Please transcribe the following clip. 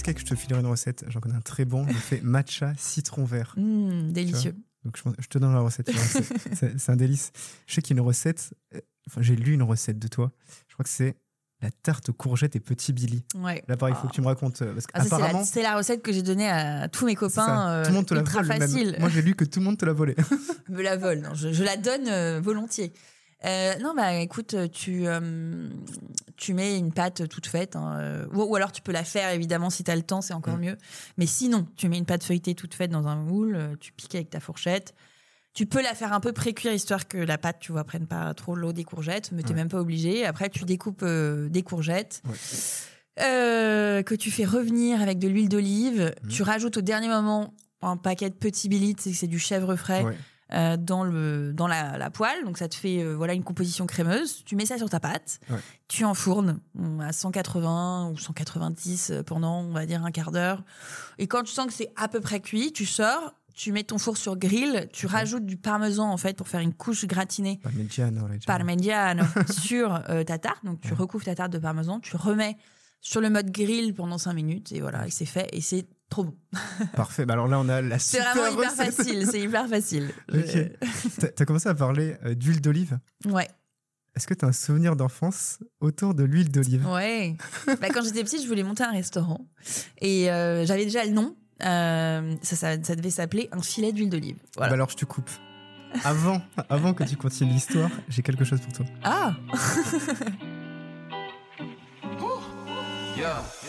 cheesecake, je te filerai une recette. J'en connais un très bon. Je fais matcha citron vert. Délicieux. Donc je te donne la recette. C'est un délice. Je sais qu'il y a une recette. J'ai lu une recette de toi. Je crois que c'est la tarte aux courgettes et petit Billy. Ouais. Là, pareil, il faut que tu me racontes. Parce qu'apparemment, c'est la recette que j'ai donnée à tous mes copains. tout le monde te la ultra vole. facile. Même. Moi, j'ai lu que tout le monde te l'a volé. Me la vole. Non, je la donne volontiers. Non, bah écoute, tu mets une pâte toute faite, hein, ou alors tu peux la faire évidemment si t'as le temps, c'est encore mieux. Mais sinon, tu mets une pâte feuilletée toute faite dans un moule, tu piques avec ta fourchette. Tu peux la faire un peu pré-cuire histoire que la pâte, tu vois, prenne pas trop l'eau des courgettes, mais t'es même pas obligé. Après, tu découpes des courgettes. Que tu fais revenir avec de l'huile d'olive. Tu rajoutes au dernier moment un paquet de petits Billy, c'est du chèvre frais. Dans la poêle, donc ça te fait une composition crémeuse. Tu mets ça sur ta pâte, tu enfournes à 180 ou 190 pendant, on va dire, un quart d'heure. Et quand tu sens que c'est à peu près cuit, tu sors, tu mets ton four sur grill, tu rajoutes du parmesan en fait pour faire une couche gratinée. Parmigiano sur ta tarte. Donc tu recouvres ta tarte de parmesan, tu remets sur le mode grill pendant 5 minutes et voilà, et c'est fait et c'est trop bon. Parfait. Bah alors là, on a la super recette. C'est vraiment hyper recette. facile. C'est hyper facile. Okay. T'as commencé à parler d'huile d'olive. Ouais. Est-ce que tu as un souvenir d'enfance autour de l'huile d'olive? Ouais. Quand j'étais petite, je voulais monter un restaurant et j'avais déjà le nom. Ça devait s'appeler un filet d'huile d'olive. Voilà. Bah alors je te coupe. Avant que tu continues l'histoire, j'ai quelque chose pour toi. Ah. Yeah.